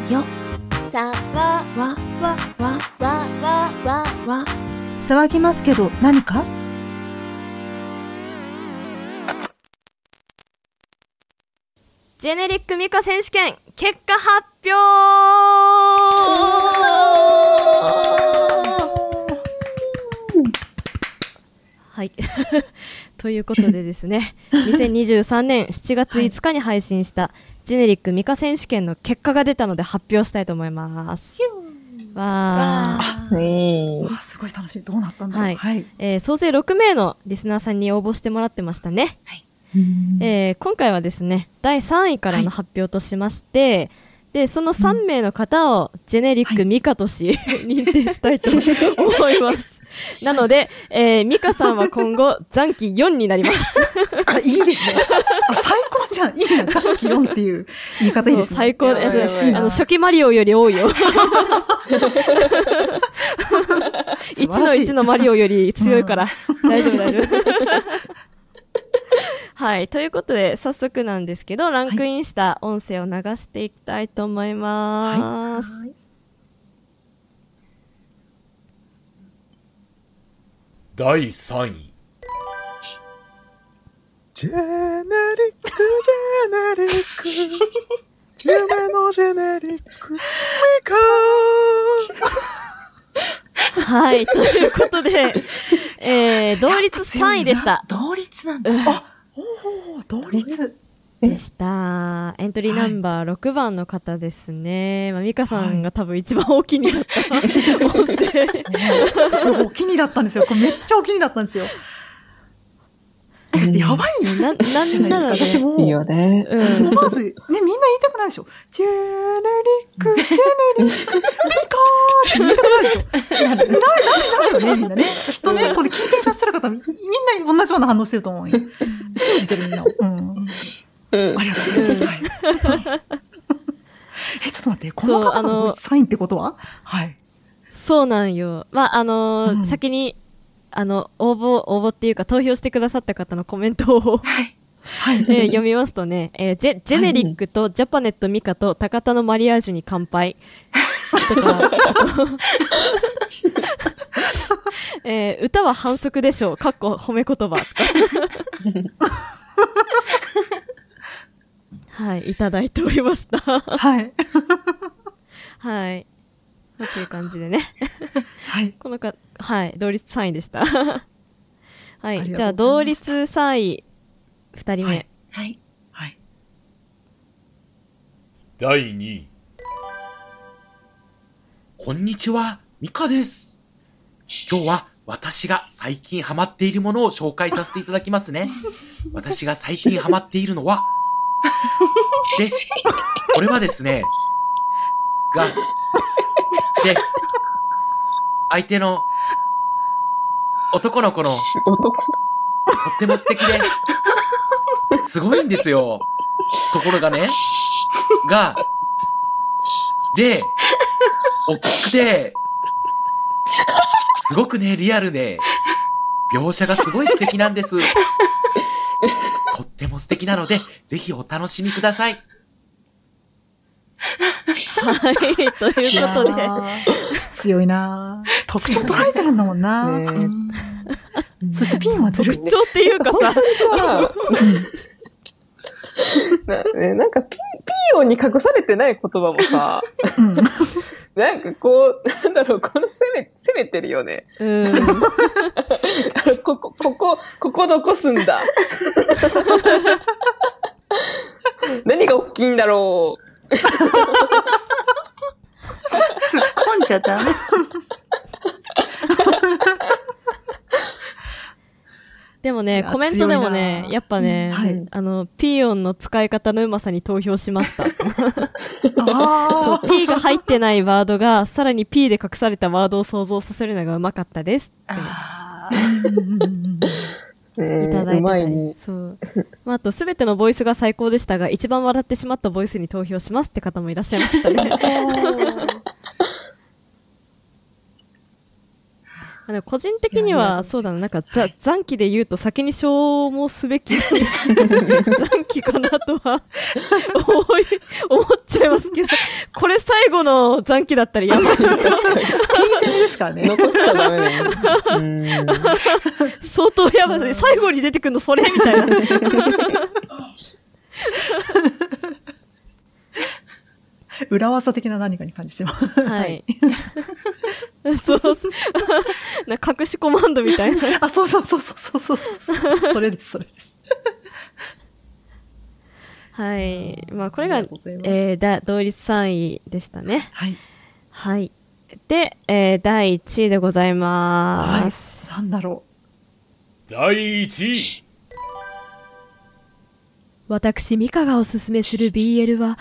よさわわわわわわわわ騒ぎますけど何か？ ジェネリックミカ選手権結果発表。はいということでですね2023年7月5日に配信したジェネリックミカ選手権の結果が出たので発表したいと思います。わー、 すごい楽しい。どうなったんだろう。 はい、 はい。 総勢6名のリスナーさんに応募してもらってましたね。 はい。 今回はですね第3位からの発表としまして、でその3名の方をジェネリックミカとし、認定したいと思いますなので、ミカさんは今後残機4になりますあ、いいですね。あ、最高じゃん。いいな。残機4っていう言い方いいですね。 最高でやばいやばい初期マリオより多いよ1の1のマリオより強いから、大丈夫大丈夫はい、ということで早速なんですけどランクインした音声を流していきたいと思います。 第3位ジェネリック、ジェネリック、夢のジェネリック、ミカはい、ということで、同率3位でした。 同率なんだ。 同率でした。エントリーナンバー6番の方ですね。まあ、ミカさんが多分一番お気に入った音声。 お気にだったんですよ。これめっちゃお気にだったんですよ。やばいね。 なんならね、 いいよね。 思わず、ね、みんな言いたくなるでしょ。ジェネリック、ジェネリック、ミカーって言いたくなるでしょ。なるよね、みんなね。きっとね、これ聞いていらっしゃる方、みんな同じような反応してると思うよ。信じてるみんな。ありがとうございます。はい、ちょっと待って、この方が同率3位ってことは？はい。 そうなんよ。まあ、先に、応募っていうか投票してくださった方のコメントを読みますとね、ジェネリックとジャパネットミカと高田のマリアージュに乾杯とか歌は反則でしょうかっこ褒め言葉はい、いただいておりましたはいはいという感じでねはいこのはい、同率3位でしたはい、じゃあ同率3位2人目はい。 はい。 第2位こんにちは、ミカです。今日は私が最近ハマっているものを紹介させていただきますね。私が最近ハマっているのはです。これはですねで相手の男の子のとっても素敵ですごいんですよ。ところがねで大きくてすごくねリアルで描写がすごい素敵なんです。とっても素敵なのでぜひお楽しみください。 はい、ということで強いな特徴捉えてるんだもんな、そしてピンはずるい特徴っていうかさなんかピー音に隠されてない言葉もさ、なんかこう、なんだろう、この攻めてるよね。ここ残すんだ。何が大きいんだろう。 突っ込んじゃダメ。 でもね、コメントでもね、やっぱね、ピー音の使い方のうまさに投票しました。そう、P が入ってないワードが、さらに P で隠されたワードを想像させるのがうまかったです。いただいてたり。そう。まあ、あと、すべてのボイスが最高でしたが、一番笑ってしまったボイスに投票しますって方もいらっしゃいましたね。 個人的にはそうだな、なんか残機で言うと先に消耗すべき残機かなとは思っちゃいますけど、これ最後の残機だったらやばい。 確かに。金銭ですからね。 残っちゃダメだよね。 相当やばい。最後に出てくるのそれみたいな。 裏技的な何かに感じてます。 はい。そう隠しコマンドみたいな。 あ、そう。それです。 はい。まあ、これが、同率3位でしたね。 はい。 はい。で、第1位でございます。 はい。なんだろう。第1位。 私、ミカがおすすめする BL は、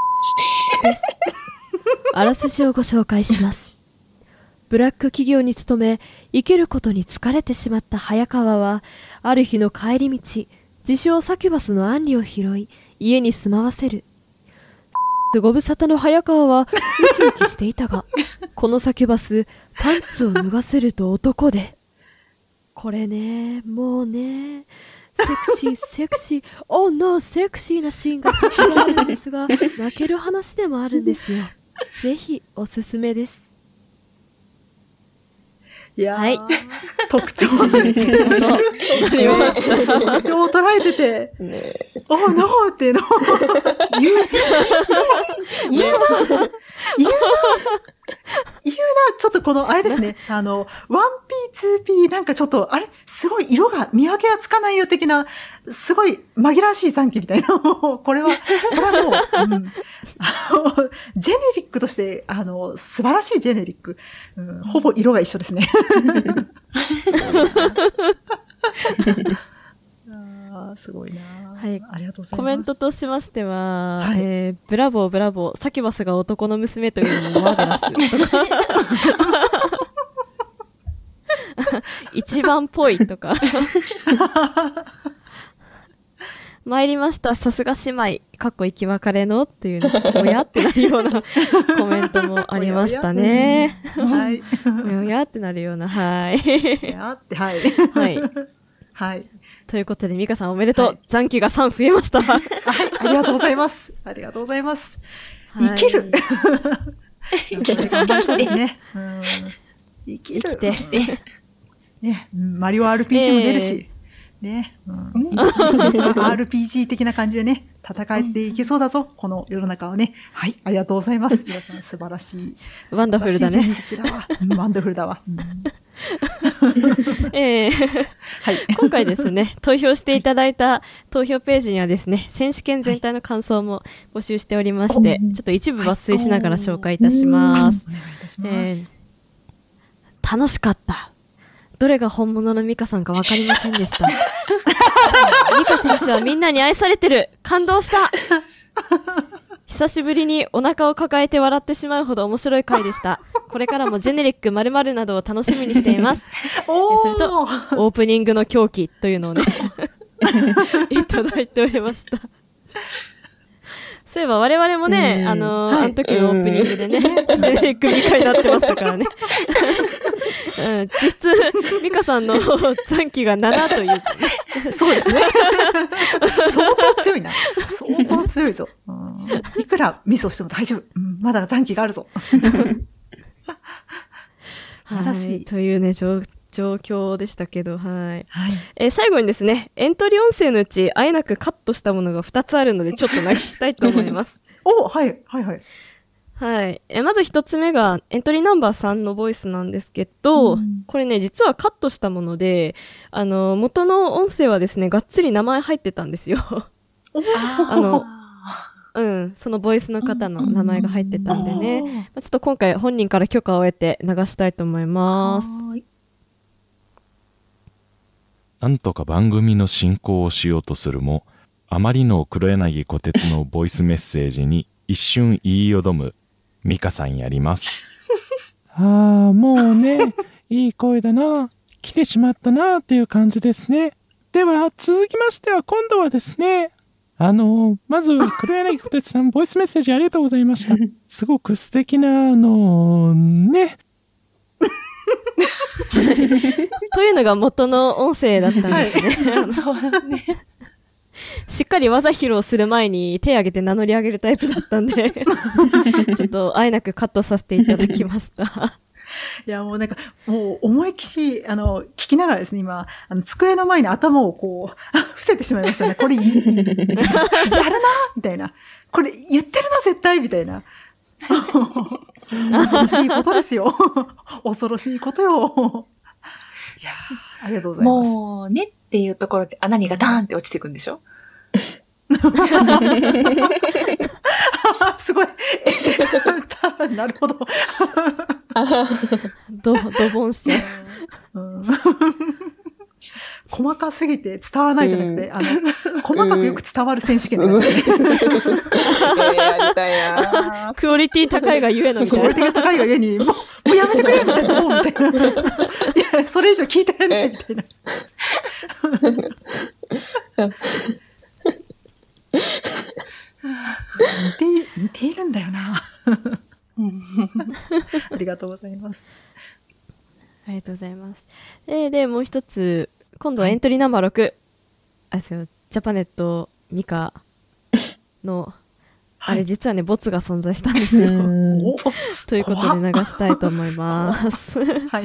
あらすじをご紹介します。ブラック企業に勤め、生きることに疲れてしまった早川は、ある日の帰り道、自称サキュバスのアンリを拾い、家に住まわせる。ご無沙汰の早川は、ウキウキしていたが、このサキュバス、パンツを脱がせると男で。これね、もうね、セクシー、oh no、セクシーなシーンがたくさんあるんですが、泣ける話でもあるんですよ。ぜひ、おすすめです。 いやー、 はい、 特徴を捉えてて、oh no っていうのを言うな、ちょっとこの、あれですね、1P、2P、なんかちょっと、あれすごい色が見分けがつかないよ的な、すごい紛らわしい残機みたいな、これはもう、ジェネリックとして、素晴らしいジェネリック。ほぼ色が一緒ですね。すごいな、 はい、 ありがとうございます。 コメントとしましては、はい、ブラボー、サキュバスが男の娘というのもマーベラスとか、一番っぽいとか、参りました、さすが姉妹、かっこ生き別れのっていうの、ちょっとおやってなるようなコメントもありましたね。 はい。 おやってなるような、はい。 はい。はい。はい。 ということで、ミカさんおめでとう。はい、残機が3増えました。はい。 ありがとうございます。ありがとうございます。生きる。頑張りそうですね。生きて。ね、マリオ RPG も出るし。ね、RPG 的な感じでね、戦っていけそうだぞ、この世の中はね。はい、ありがとうございます。皆さん素晴らしい。 ワンダフルだね。 ワンダフルだわ。 はい、今回ですね、投票していただいた投票ページにはですね、選手権全体の感想も募集しておりまして、ちょっと一部抜粋しながら紹介いたします。楽しかった。どれが本物のミカさんか分かりませんでした。ミカ選手はみんなに愛されてる。感動した。久しぶりにお腹を抱えて笑ってしまうほど面白い回でした。これからもジェネリック〇〇などを楽しみにしています。それと、オープニングの狂気というのをね、いただいておりました。そういえば我々もね、あの時のオープニングでね、ジェネリックミカになってましたからね。実質、ミカさんの残機が7という。 そうですね。相当強いな。相当強いぞ。いくらミスをしても大丈夫。まだ残機があるぞ。 はい。というね、状況でしたけど、はい。最後にですね、エントリー音声のうち、あえなくカットしたものが2つあるので、ちょっと流したいと思います。 はい。 はい。まず一つ目が、エントリーナンバー3のボイスなんですけど、これね、実はカットしたもので、元の音声はですね、がっつり名前入ってたんですよ。そのボイスの方の名前が入ってたんでね、ちょっと今回本人から許可を得て流したいと思います。 なんとか番組の進行をしようとするも、あまりの黒柳小鉄のボイスメッセージに一瞬言いよどむミカさんやります。もうね、いい声だな、来てしまったなっていう感じですね。では続きましては今度はですね、まず黒柳小鉄さんボイスメッセージありがとうございました。すごく素敵なね。 というのが元の音声だったんですね。しっかり技披露する前に手挙げて名乗り上げるタイプだったんで、ちょっとあえなくカットさせていただきました。 いや、もうなんか、もう思いっきし、聞きながらですね、今、机の前に頭をこう、伏せてしまいましたね。これやるなみたいな。これ言ってるな、絶対みたいな。恐ろしいことですよ。恐ろしいことよ。いや、ありがとうございます。 もう、ねっていうところで穴にがダーンって落ちていくんでしょ？ すごい。なるほど。 ドボンしちゃう。 細かすぎて伝わらないじゃなくて、細かくよく伝わる選手権です。 やりたいな。 クオリティ高いがゆえのみたいな。 クオリティが高いがゆえに、もうやめてくれみたいな、みたいな。いや、それ以上聞いてられないみたいな。似ているんだよな。ありがとうございます。 ありがとうございます。で、もう一つ、今度はエントリーナンバー6。あれですよ、ジャパネットミカの、あれ実はね、ボツが存在したんですよ。ということで流したいと思います。 はい。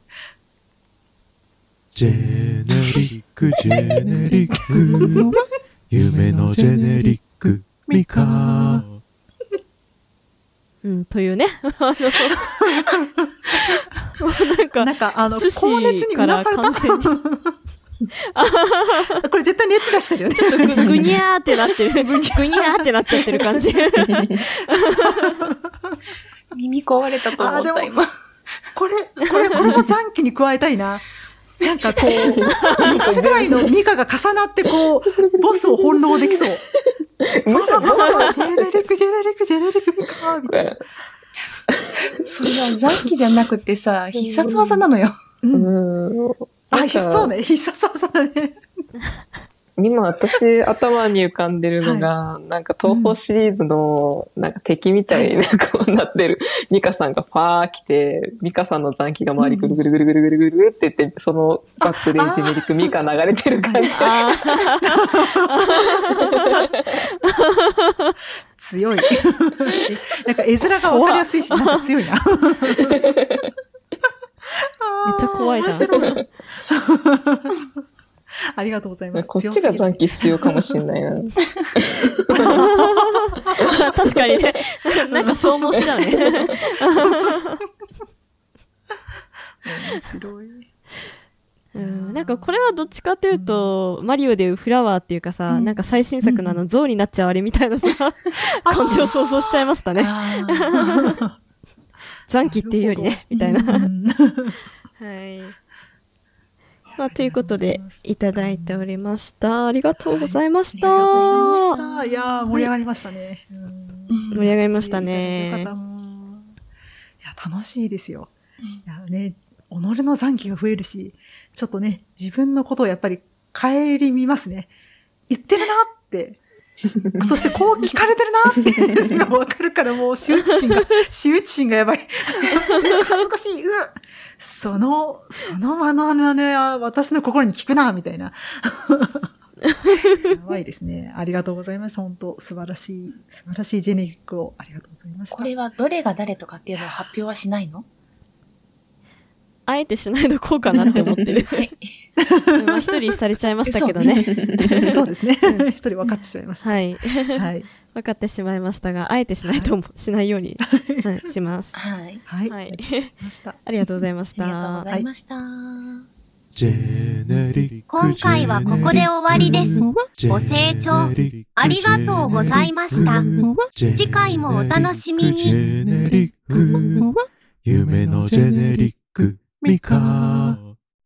ジェネリック、ジェネリック、夢のジェネリック、ミカ。 というね。 なんか、高熱にうなされた。これ絶対熱出してるよね。 ちょっとぐにゃーってなってる。ぐにゃーってなっちゃってる感じ。 耳壊れたと思った、今。 これも残機に加えたいな。なんかこう、3つぐらいのミカが重なってこう、ボスを翻弄できそう。 むしろボスはジェネリック、ジェネリック、ジェネリックミカみたいな。 それは残機じゃなくてさ、必殺技なのよ。 必殺ね。必殺技だね。 今私頭に浮かんでるのが、なんか東宝シリーズのなんか敵みたいになんかこうなってるミカさんがファー来て、ミカさんの残機が周りぐるぐるぐるぐるぐるぐるって言って、そのバックでジェネリックミカ流れてる感じ。 強い。なんか絵面がわかりやすいし、なんか強いな。 めっちゃ怖いじゃん。 ありがとうございます。 こっちが残機必要かもしんないな。 確かにね。なんか消耗しちゃうね。 面白い。 なんかこれはどっちかというと、マリオでいうフラワーっていうかさ、なんか最新作の象になっちゃうあれみたいなさ、感じを想像しちゃいましたね。残機っていうよりね、みたいな。はい。まあ、ということで、いただいておりました。ありがとうございました。 いやー、盛り上がりましたね。 盛り上がりましたね。 いや、楽しいですよ。いやね、己の残機が増えるし、ちょっとね、自分のことをやっぱり顧みますね。言ってるなって。そしてこう聞かれてるなってのがわかるからもう羞恥心がやばい。恥ずかしい。そのままね、私の心に聞くな、みたいな。やばいですね。ありがとうございました。本当素晴らしいジェネリックをありがとうございました。 これはどれが誰とかっていうのを発表はしないの？ あえてしないとこうかなって思ってる。はい。まあ一人されちゃいましたけどね。 そうですね。一人分かってしまいました。 はい。はい。分かってしまいましたが、あえてしないように、します。 はい。 はい。 ありがとうございました。 ありがとうございました。 今回はここで終わりです。ご清聴ありがとうございました。次回もお楽しみに。 夢のジェネリックミカ。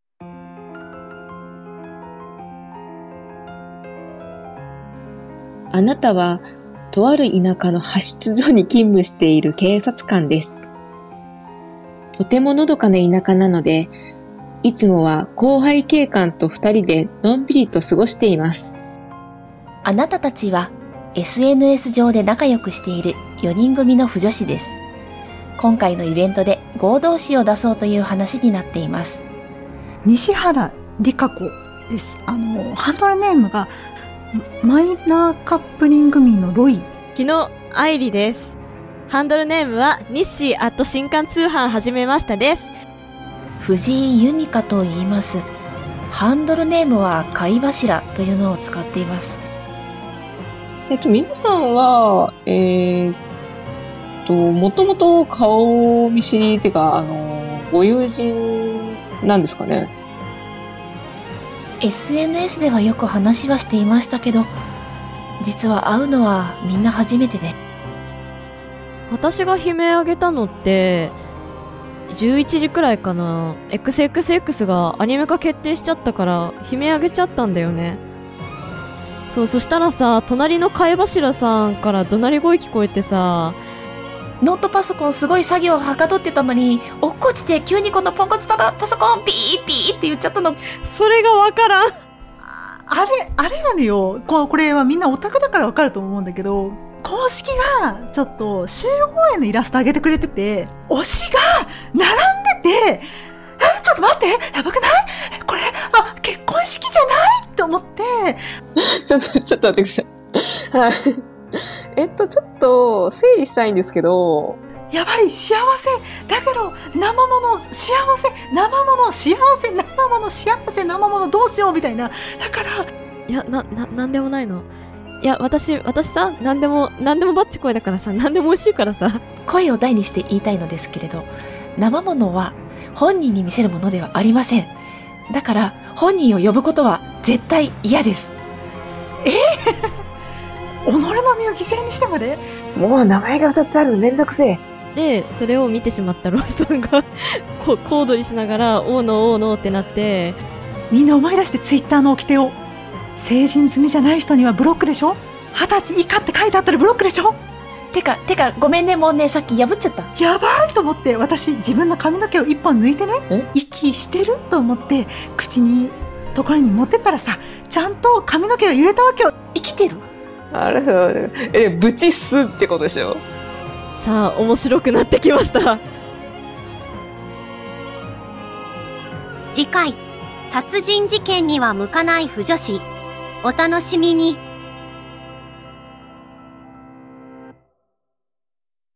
あなたはとある田舎の派出所に勤務している警察官です。とてものどかな田舎なので、いつもは後輩警官と2人でのんびりと過ごしています。 あなたたちは SNS 上で仲良くしている4人組の腐女子です。 今回のイベントで合同誌を出そうという話になっています。 西原理香子です。ハンドルネームがマイナーカップリングミのロイ。 昨日、愛理です。ハンドルネームは日誌新刊通販はじめましたです。 藤井由美香と言います。ハンドルネームは貝柱というのを使っています。 皆さんは、もともと顔見知りっていうか、ご友人なんですかね。 SNS ではよく話はしていましたけど、実は会うのはみんな初めてで。 私が悲鳴あげたのって、11時くらいかな。XXX がアニメ化決定しちゃったから、悲鳴あげちゃったんだよね。そう、そしたらさ、隣の貝柱さんから怒鳴り声聞こえてさ、 ノートパソコンすごい作業をはかどってたのに、落っこちて急にこのポンコツパソコンピーピーって言っちゃったの。 それがわからん。 あれなのよ。これはみんなオタクだからわかると思うんだけど、公式がちょっと集合園のイラスト上げてくれてて、推しが並んでて、ちょっと待って、やばくない？これ、結婚式じゃないって思って。 ちょっと待ってください。はい。ちょっと整理したいんですけど、 やばい、幸せだけど生物幸せ、生物幸せ、生物幸せ、生物どうしようみたいな。だから、 いや、なんでもないの。いや、私さ、なんでもバッチ声だからさ、なんでも美味しいからさ。 声を大にして言いたいのですけれど、生物は本人に見せるものではありません。だから本人を呼ぶことは絶対嫌です。 己の身を犠牲にしてまで？ もう名前が2つあるのめんどくせえ。 で、それを見てしまったロイさんが小躍りしながら、おーのってなって、 みんな思い出してツイッターの掟を。成人済みじゃない人にはブロックでしょ？20歳以下って書いてあったらブロックでしょ？ てか、ごめんね、もうね、さっき破っちゃった。 やばいと思って、私、自分の髪の毛を一本抜いてね、息してると思って、口に、ところに持ってったらさ、ちゃんと髪の毛が揺れたわけよ。 生きてる？ あれブチスってことでしょ？ さあ、面白くなってきました。 次回、殺人事件には向かない腐女子。お楽しみに。